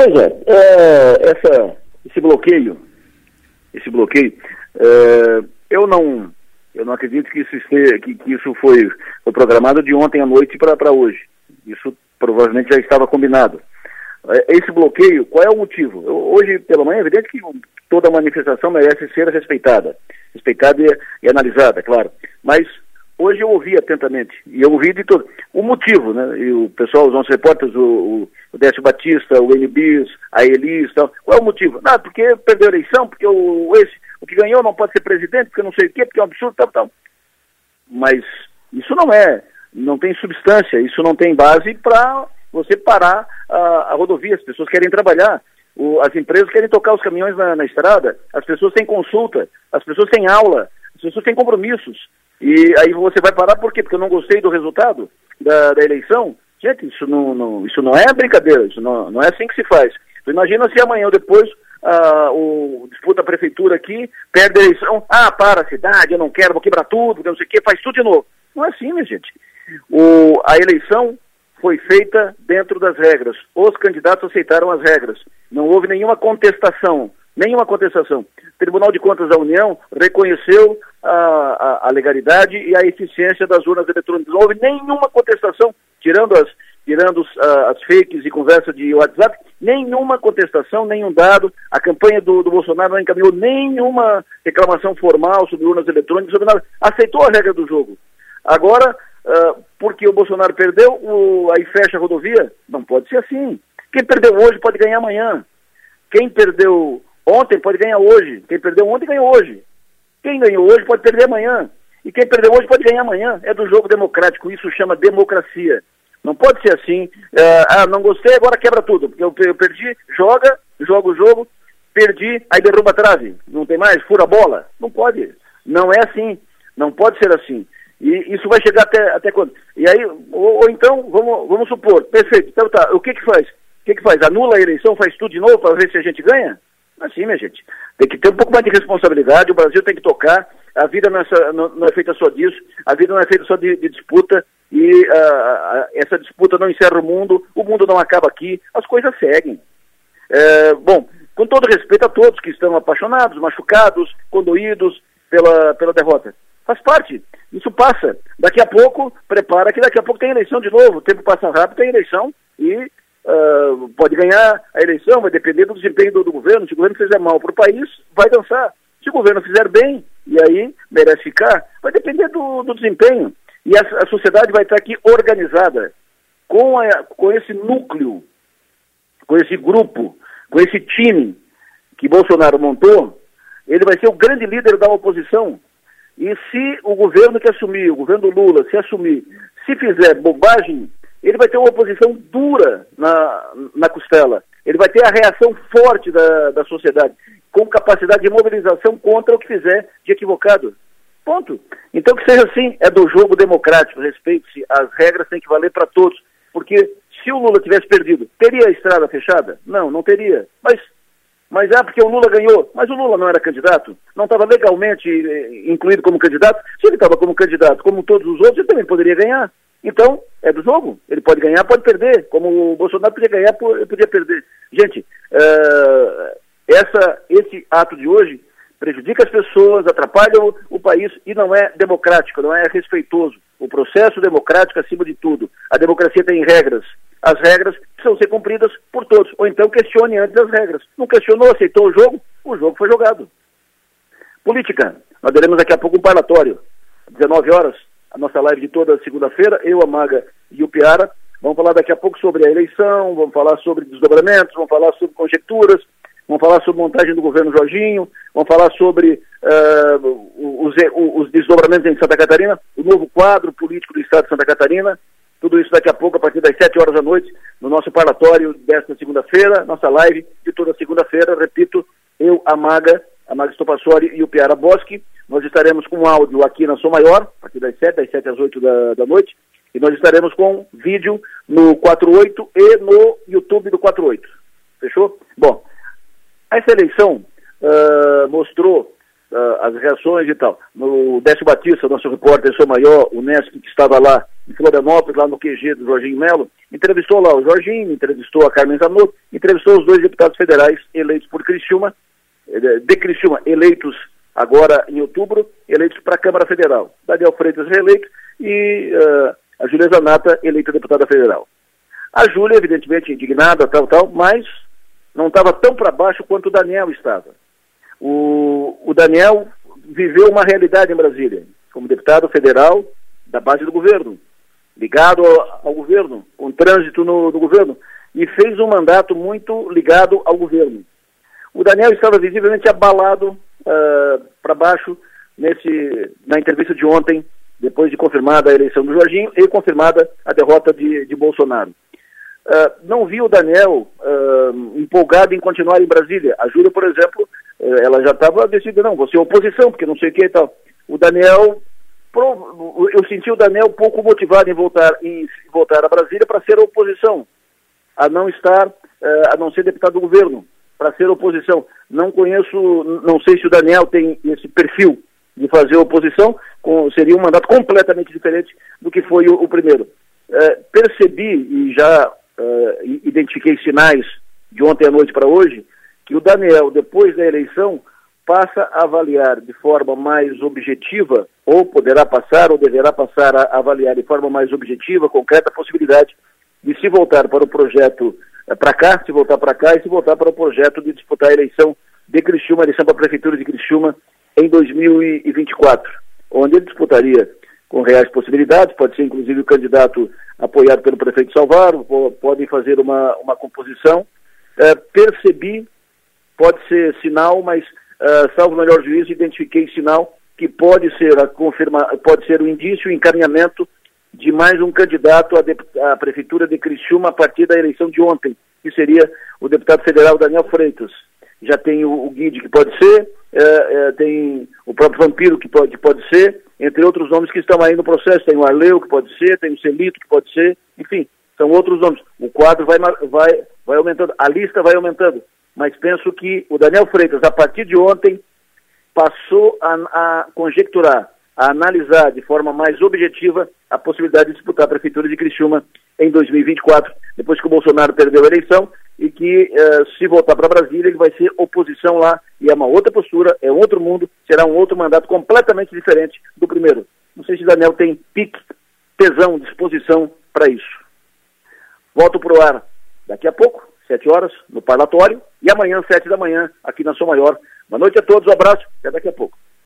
Pois esse bloqueio, eu não acredito que isso foi programado de ontem à noite para hoje. Isso provavelmente já estava combinado. Esse bloqueio, qual é o motivo? Hoje, pela manhã, é evidente que toda manifestação merece ser respeitada e analisada, claro. Mas hoje eu ouvi atentamente, e eu ouvi de todo. O motivo, né? E o pessoal, os nossos repórteres, o Décio Batista, o NBIS, a Elis, tal. Qual é o motivo? Porque perdeu a eleição, porque o que ganhou não pode ser presidente, porque não sei o quê, porque é um absurdo, tal. Mas isso não tem substância, isso não tem base para você parar a rodovia. As pessoas querem trabalhar, as empresas querem tocar os caminhões na estrada, as pessoas têm consulta, as pessoas têm aula, as pessoas têm compromissos. E aí você vai parar por quê? Porque eu não gostei do resultado da eleição? Gente, isso não é brincadeira, isso não é assim que se faz. Então, imagina se amanhã ou depois o disputa a prefeitura aqui, perde a eleição, para a cidade, eu não quero, vou quebrar tudo, não sei o quê, faz tudo de novo. Não é assim, minha gente. A eleição foi feita dentro das regras. Os candidatos aceitaram as regras. Não houve nenhuma contestação. O Tribunal de Contas da União reconheceu a legalidade e a eficiência das urnas eletrônicas. Não houve nenhuma contestação, tirando as fakes e conversa de WhatsApp, nenhuma contestação, nenhum dado. A campanha do Bolsonaro não encaminhou nenhuma reclamação formal sobre urnas eletrônicas, sobre nada. Aceitou a regra do jogo. Agora, porque o Bolsonaro perdeu, aí fecha a rodovia? Não pode ser assim. Quem perdeu hoje pode ganhar amanhã. Quem perdeu ontem pode ganhar hoje. Quem perdeu ontem ganhou hoje. Quem ganhou hoje pode perder amanhã. E quem perdeu hoje pode ganhar amanhã. É do jogo democrático. Isso chama democracia. Não pode ser assim. Não gostei, agora quebra tudo. Porque eu perdi, joga o jogo, perdi, aí derruba a trave. Não tem mais, fura a bola. Não pode. Não é assim. Não pode ser assim. E isso vai chegar até quando? E aí, ou então, vamos supor, perfeito, então tá, o que faz? Anula a eleição, faz tudo de novo para ver se a gente ganha? Assim, minha gente. Tem que ter um pouco mais de responsabilidade, o Brasil tem que tocar, a vida não é feita só disso, a vida não é feita só de disputa, e essa disputa não encerra o mundo não acaba aqui, as coisas seguem. Bom, com todo respeito a todos que estão apaixonados, machucados, condoídos pela derrota. Faz parte, isso passa. Daqui a pouco, prepara que daqui a pouco tem eleição de novo, o tempo passa rápido, tem eleição e pode ganhar a eleição, vai depender do desempenho do governo. Se o governo fizer mal para o país, vai dançar. Se o governo fizer bem, e aí merece ficar, vai depender do desempenho. E a sociedade vai estar aqui organizada com esse núcleo, com esse grupo, com esse time que Bolsonaro montou. Ele vai ser o grande líder da oposição. E se o governo que assumir, o governo Lula, se fizer bobagem, ele vai ter uma oposição dura na costela. Ele vai ter a reação forte da sociedade, com capacidade de mobilização contra o que fizer de equivocado. Ponto. Então que seja assim, é do jogo democrático, respeite-se, as regras têm que valer para todos. Porque se o Lula tivesse perdido, teria a estrada fechada? Não teria. Mas porque o Lula ganhou. Mas o Lula não era candidato? Não estava legalmente incluído como candidato? Se ele estava como candidato, como todos os outros, ele também poderia ganhar. Então, é do jogo. Ele pode ganhar, pode perder. Como o Bolsonaro podia ganhar, podia perder. Gente, esse ato de hoje prejudica as pessoas, atrapalha o país e não é democrático, não é respeitoso. O processo democrático acima de tudo. A democracia tem regras. As regras precisam ser cumpridas por todos. Ou então questione antes as regras. Não questionou, aceitou o jogo foi jogado. Política. Nós teremos daqui a pouco um parlatório. 19 horas, a nossa live de toda segunda-feira, eu, a Maga e o Piara. Vamos falar daqui a pouco sobre a eleição, vamos falar sobre desdobramentos, vamos falar sobre conjecturas, vamos falar sobre montagem do governo Jorginho, vamos falar sobre os desdobramentos em Santa Catarina, o novo quadro político do Estado de Santa Catarina. Tudo isso daqui a pouco, a partir das 7 horas da noite, no nosso parlatório desta segunda-feira, nossa live de toda segunda-feira, repito, eu, a Maga Estopassori e o Piara Boschi. Nós estaremos com áudio aqui na Som Maior, a partir das 7 às 8 da noite, e nós estaremos com vídeo no 48 e no YouTube do 48. Fechou? Bom, essa eleição mostrou as reações e tal. O Décio Batista, nosso repórter Som Maior, o Nesp, que estava lá em Florianópolis, lá no QG do Jorginho Melo, entrevistou lá o Jorginho, entrevistou a Carmen Zanotto, entrevistou os 2 deputados federais eleitos por Criciúma, de Criciúma, eleitos agora em outubro, eleitos para a Câmara Federal. Daniel Freitas reeleito e a Júlia Zanata eleita deputada federal. A Júlia, evidentemente, indignada, tal, mas não estava tão para baixo quanto o Daniel estava. O Daniel viveu uma realidade em Brasília, como deputado federal da base do governo, ligado ao governo, com trânsito no governo, e fez um mandato muito ligado ao governo. O Daniel estava visivelmente abalado para baixo na entrevista de ontem, depois de confirmada a eleição do Jorginho e confirmada a derrota de Bolsonaro. Não vi o Daniel empolgado em continuar em Brasília. A Júlia, por exemplo, ela já estava decidida, não, vou ser oposição, porque não sei o que e tal. O Daniel, eu senti o Daniel pouco motivado em voltar a Brasília para ser oposição, a não ser deputado do governo, para ser oposição. Não sei se o Daniel tem esse perfil de fazer oposição, seria um mandato completamente diferente do que foi o primeiro. Percebi e já identifiquei sinais de ontem à noite para hoje, que o Daniel, depois da eleição, passa a avaliar de forma mais objetiva, ou poderá passar, ou deverá passar a avaliar de forma mais objetiva, concreta, a possibilidade de se voltar para o projeto se voltar para cá e se voltar para o projeto de disputar a eleição de Criciúma, a eleição para a Prefeitura de Criciúma em 2024, onde ele disputaria com reais possibilidades, pode ser inclusive o candidato apoiado pelo prefeito Salvaro, podem fazer uma composição. Percebi, pode ser sinal, mas salvo o melhor juízo, identifiquei sinal que pode ser um indício, um encaminhamento de mais um candidato à Prefeitura de Criciúma a partir da eleição de ontem, que seria o deputado federal Daniel Freitas. Já tem o Guide, que pode ser, tem o próprio Vampiro, que pode ser, entre outros nomes que estão aí no processo. Tem o Arleu, que pode ser, tem o Celito, que pode ser, enfim, são outros nomes. O quadro vai aumentando, a lista vai aumentando, mas penso que o Daniel Freitas, a partir de ontem, passou a conjecturar, a analisar de forma mais objetiva a possibilidade de disputar a Prefeitura de Criciúma em 2024, depois que o Bolsonaro perdeu a eleição, e que se voltar para Brasília ele vai ser oposição lá, e é uma outra postura, é outro mundo, será um outro mandato completamente diferente do primeiro. Não sei se Daniel tem pique, tesão, disposição para isso. Volto para o ar daqui a pouco, 7 horas, no Parlatório, e amanhã, 7 da manhã, aqui na Som Maior. Boa noite a todos, um abraço, até daqui a pouco.